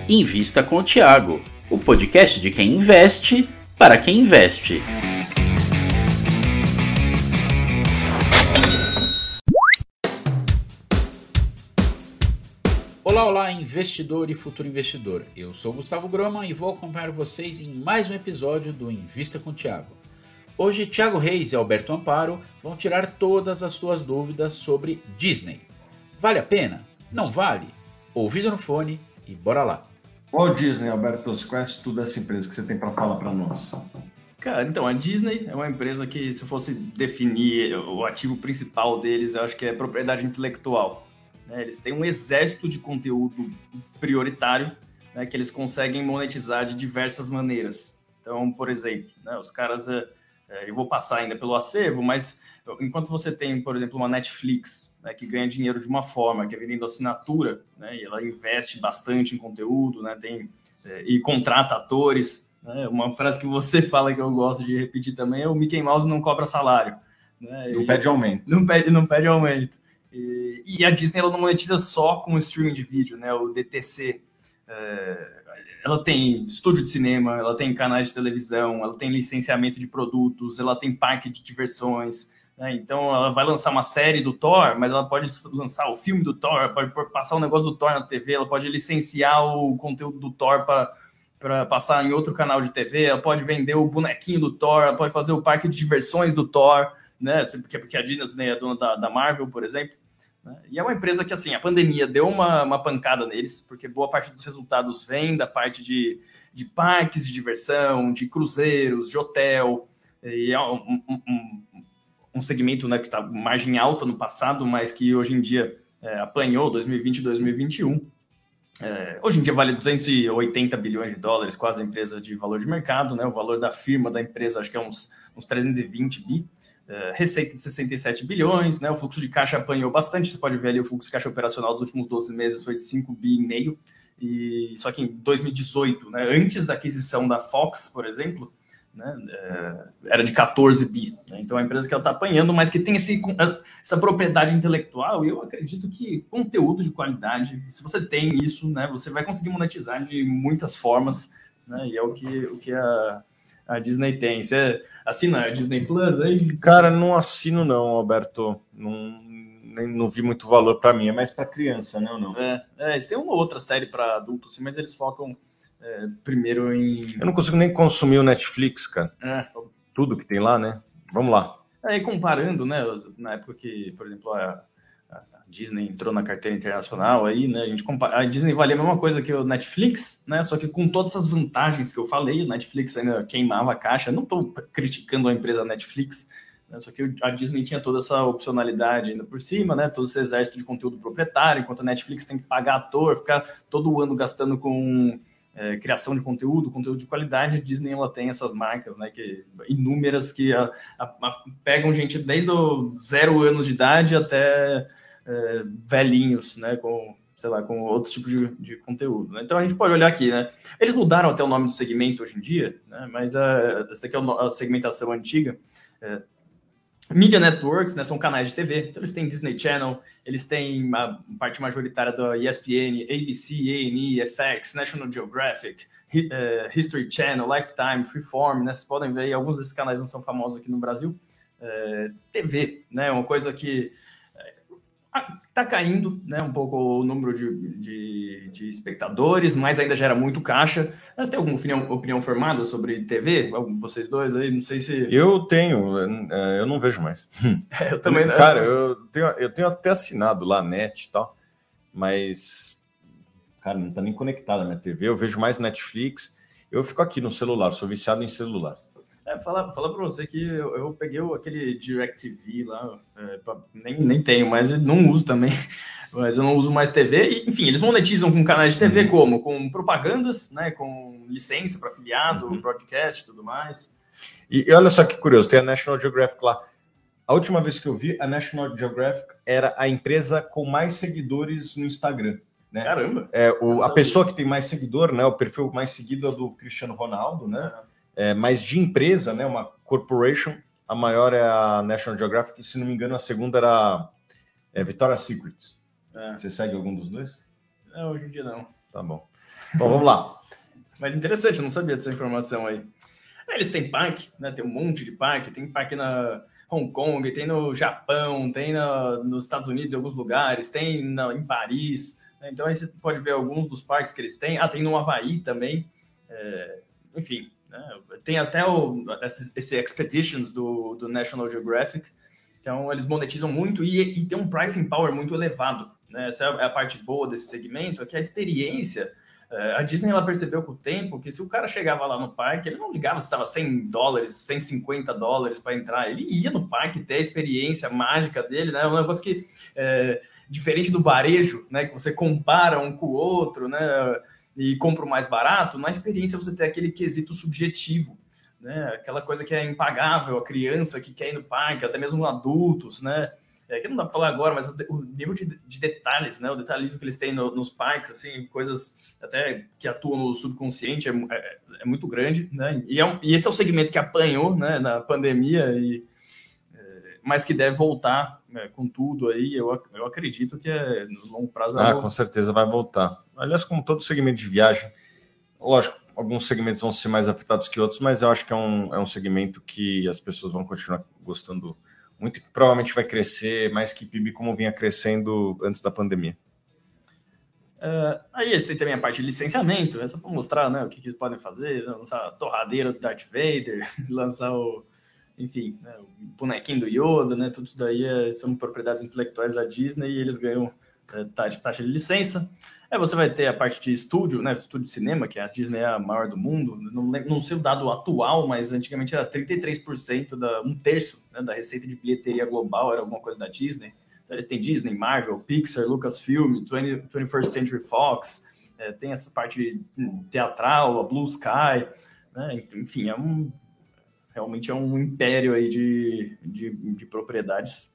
Invista com o Thiago, o podcast de quem investe para quem investe. Olá, investidor e futuro investidor. Eu sou Gustavo Groma e vou acompanhar vocês em mais um episódio do Invista com o Thiago. Hoje, Thiago Reis e Alberto Amparo vão tirar todas as suas dúvidas sobre Disney. Vale a pena? Não vale? Ouvido no fone e bora lá. Walt Disney, Alberto, você conhece tudo dessa empresa que você tem para falar para nós? Cara, então, a Disney é uma empresa que, se eu fosse definir o ativo principal deles, eu acho que é propriedade intelectual. Eles têm um exército de conteúdo prioritário, né, que eles conseguem monetizar de diversas maneiras. Então, por exemplo, os caras... eu vou passar ainda pelo acervo, mas enquanto você tem, por exemplo, uma Netflix, né, que ganha dinheiro de uma forma, que é vendendo assinatura, né, e ela investe bastante em conteúdo, né, e contrata atores, né, uma frase que você fala que eu gosto de repetir também é: o Mickey Mouse não cobra salário. Né, não pede aumento. Não pede aumento. E a Disney ela não monetiza só com o streaming de vídeo, né, o DTC. Ela tem estúdio de cinema, ela tem canais de televisão, ela tem licenciamento de produtos, ela tem parque de diversões, né? Então ela vai lançar uma série do Thor, mas ela pode lançar o filme do Thor, pode passar o negócio do Thor na TV, ela pode licenciar o conteúdo do Thor para passar em outro canal de TV, ela pode vender o bonequinho do Thor, ela pode fazer o parque de diversões do Thor, né? Porque a Disney é dona da Marvel, por exemplo. E é uma empresa que, assim, a pandemia deu uma pancada neles, porque boa parte dos resultados vem da parte de parques de diversão, de cruzeiros, de hotel, e é um segmento, né, que está margem alta no passado, mas que hoje em dia apanhou 2020 e 2021. Hoje em dia vale 280 bilhões de dólares, quase a empresa de valor de mercado, né? O valor da firma, da empresa, acho que é uns 320 bi. Receita de 67 bilhões, né? O fluxo de caixa apanhou bastante, você pode ver ali o fluxo de caixa operacional dos últimos 12 meses foi de 5,5 bi, e só que em 2018, né, antes da aquisição da Fox, por exemplo, né, era de 14 bi. Né? Então é uma empresa que ela está apanhando, mas que tem essa propriedade intelectual, e eu acredito que conteúdo de qualidade, se você tem isso, né, você vai conseguir monetizar de muitas formas, né, e é o que a Disney tem. Você assina a Disney Plus aí? Cara, não assino não, Alberto. Não vi muito valor para mim. É mais para criança, né? Ou não? Eles têm uma outra série para adultos, sim, mas eles focam primeiro em... Eu não consigo nem consumir o Netflix, cara. Tudo que tem lá, né? Vamos lá. E comparando, né? Na época que, por exemplo, a Disney entrou na carteira internacional, aí, né, a Disney valia a mesma coisa que o Netflix, né, só que com todas essas vantagens que eu falei, o Netflix ainda queimava a caixa. Não estou criticando a empresa Netflix, né, só que a Disney tinha toda essa opcionalidade ainda por cima, né, todo esse exército de conteúdo proprietário, enquanto a Netflix tem que pagar ator, ficar todo ano gastando com criação de conteúdo de qualidade. A Disney ela tem essas marcas, né, inúmeras, que pegam gente desde os 0 anos de idade até velhinhos, né, com outros tipos de conteúdo. Né? Então a gente pode olhar aqui, né? Eles mudaram até o nome do segmento hoje em dia, né? Mas essa daqui é a segmentação antiga. Media Networks, né, são canais de TV. Então eles têm Disney Channel, eles têm a parte majoritária da ESPN, ABC, A&E, FX, National Geographic, History Channel, Lifetime, Freeform, né? Vocês podem ver aí, alguns desses canais não são famosos aqui no Brasil. TV, né, uma coisa que está caindo, né, um pouco o número de espectadores, mas ainda gera muito caixa. Você tem alguma opinião formada sobre TV? Vocês dois aí, não sei se... Eu tenho, eu não vejo mais. Eu também não. Cara, eu tenho até assinado lá a NET e tal, mas, cara, não tá nem conectada a minha TV. Eu vejo mais Netflix. Eu fico aqui no celular, sou viciado em celular. Falar para você que eu peguei aquele DirecTV lá, nem tenho, mas não uso também, mas eu não uso mais TV. E, enfim, eles monetizam com canais de TV como? Com propagandas, né, com licença para afiliado, broadcast e tudo mais. E olha só que curioso, tem a National Geographic lá. A última vez que eu vi, a National Geographic era a empresa com mais seguidores no Instagram. Né? Caramba! A pessoa que tem mais seguidor, né, o perfil mais seguido é do Cristiano Ronaldo, né? Mas de empresa, né, uma corporation, a maior é a National Geographic, e se não me engano a segunda era Victoria's Secret. Você segue algum dos dois? Hoje em dia não. Tá bom. Bom, vamos lá. Mas interessante, eu não sabia dessa informação aí. Eles têm parque, né? Tem um monte de parque. Tem parque na Hong Kong, tem no Japão, tem nos Estados Unidos em alguns lugares, tem em Paris. Né? Então aí você pode ver alguns dos parques que eles têm. Tem no Havaí também. Enfim, né? Tem até esse Expeditions do National Geographic. Então eles monetizam muito e tem um pricing power muito elevado. Né? Essa é a parte boa desse segmento, é que a experiência... A Disney ela percebeu com o tempo que se o cara chegava lá no parque, ele não ligava se estava $100, $150 para entrar, ele ia no parque ter a experiência mágica dele, né? Um negócio que diferente do varejo, né? Que você compara um com o outro, né? E compra o mais barato, na experiência você tem aquele quesito subjetivo, né? Aquela coisa que é impagável, a criança que quer ir no parque, até mesmo adultos, né? Que não dá para falar agora, mas o nível de detalhes, né? O detalhismo que eles têm nos parques, assim, coisas até que atuam no subconsciente é muito grande, né? E esse é o segmento que apanhou, né, na pandemia, mas que deve voltar, né, com tudo aí. Eu acredito que no longo prazo... Com certeza vai voltar. Aliás, como todo segmento de viagem, lógico, alguns segmentos vão ser mais afetados que outros, mas eu acho que é um segmento que as pessoas vão continuar gostando muito, que provavelmente vai crescer mais que PIB como vinha crescendo antes da pandemia. Aí tem também a parte de licenciamento, é só para mostrar, né, o que eles podem fazer, lançar a torradeira do Darth Vader, lançar o bonequinho do Yoda, né, tudo isso daí são propriedades intelectuais da Disney e eles ganham taxa de licença. Você vai ter a parte de estúdio, né, estúdio de cinema, que a Disney é a maior do mundo. Não sei o dado atual, mas antigamente era 33%, um terço, né, da receita de bilheteria global era alguma coisa da Disney. Então, eles têm Disney, Marvel, Pixar, Lucasfilm, 21st Century Fox, tem essa parte teatral, a Blue Sky, né, enfim, realmente é um império aí de propriedades.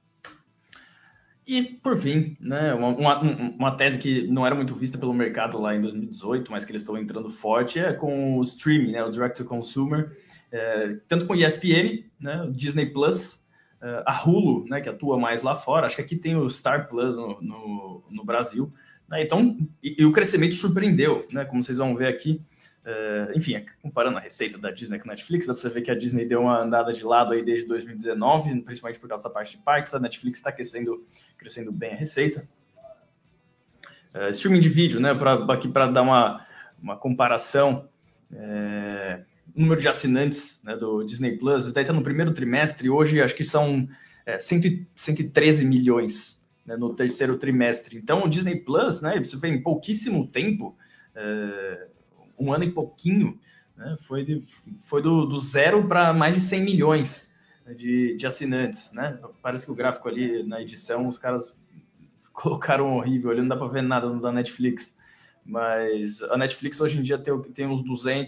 E, por fim, né, uma tese que não era muito vista pelo mercado lá em 2018, mas que eles estão entrando forte, é com o streaming, né, o direct-to-consumer, tanto com o ESPN, né, o Disney Plus, a Hulu, né, que atua mais lá fora, acho que aqui tem o Star Plus no Brasil, né, então, e o crescimento surpreendeu, né, como vocês vão ver aqui. Enfim, comparando a receita da Disney com a Netflix, dá para você ver que a Disney deu uma andada de lado aí desde 2019, principalmente por causa da parte de parques. A Netflix está crescendo bem a receita. Streaming de vídeo, né? Aqui para dar uma comparação, número de assinantes, né, do Disney Plus, isso daí está no primeiro trimestre, hoje acho que são 113 milhões, né, no terceiro trimestre. Então o Disney Plus, né, você vê em pouquíssimo tempo, um ano e pouquinho, né, foi do zero para mais de 100 milhões de assinantes, né? Parece que o gráfico ali na edição, os caras colocaram horrível, ali não dá para ver nada no da Netflix, mas a Netflix hoje em dia tem uns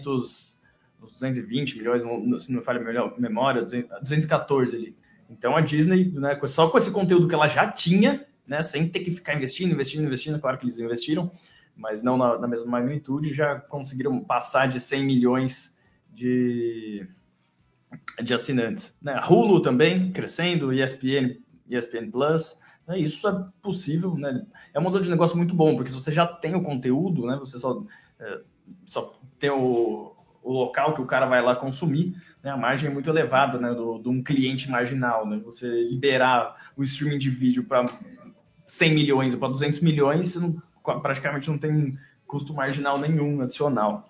220 milhões, se não me falha a memória, 214 ali. Então a Disney, né, só com esse conteúdo que ela já tinha, né, sem ter que ficar investindo, claro que eles investiram, mas não na mesma magnitude, já conseguiram passar de 100 milhões de assinantes. Né? A Hulu também crescendo, ESPN Plus, né? Isso é possível, né? É um modelo de negócio muito bom, porque se você já tem o conteúdo, né, você só tem o local que o cara vai lá consumir, né, a margem é muito elevada, né, de um cliente marginal. Né? Você liberar o streaming de vídeo para 100 milhões ou para 200 milhões, você praticamente não tem custo marginal nenhum adicional.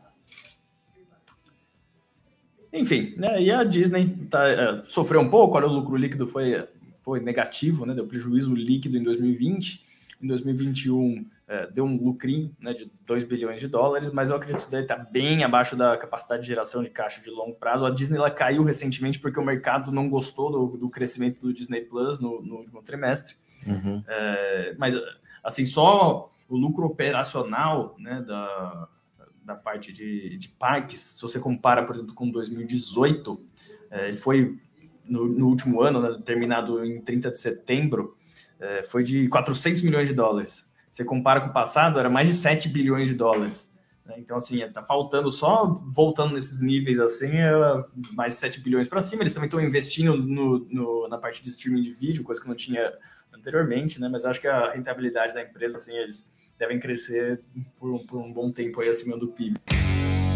Enfim, né, e a Disney sofreu um pouco, olha, o lucro líquido foi negativo, né, deu prejuízo líquido em 2020, em 2021 deu um lucrinho, né, de 2 bilhões de dólares, mas eu acredito que está bem abaixo da capacidade de geração de caixa de longo prazo. A Disney ela caiu recentemente porque o mercado não gostou do crescimento do Disney Plus no último trimestre. Uhum. Mas assim, só o lucro operacional, né, da parte de parques, se você compara, por exemplo, com 2018, foi no último ano, né, terminado em 30 de setembro, foi de 400 milhões de dólares. Você compara com o passado, era mais de 7 bilhões de dólares. Então, assim, tá faltando, só voltando nesses níveis, assim, mais 7 bilhões para cima. Eles também estão investindo na parte de streaming de vídeo, coisa que não tinha anteriormente, né? Mas acho que a rentabilidade da empresa, assim, eles devem crescer por um bom tempo aí acima do PIB.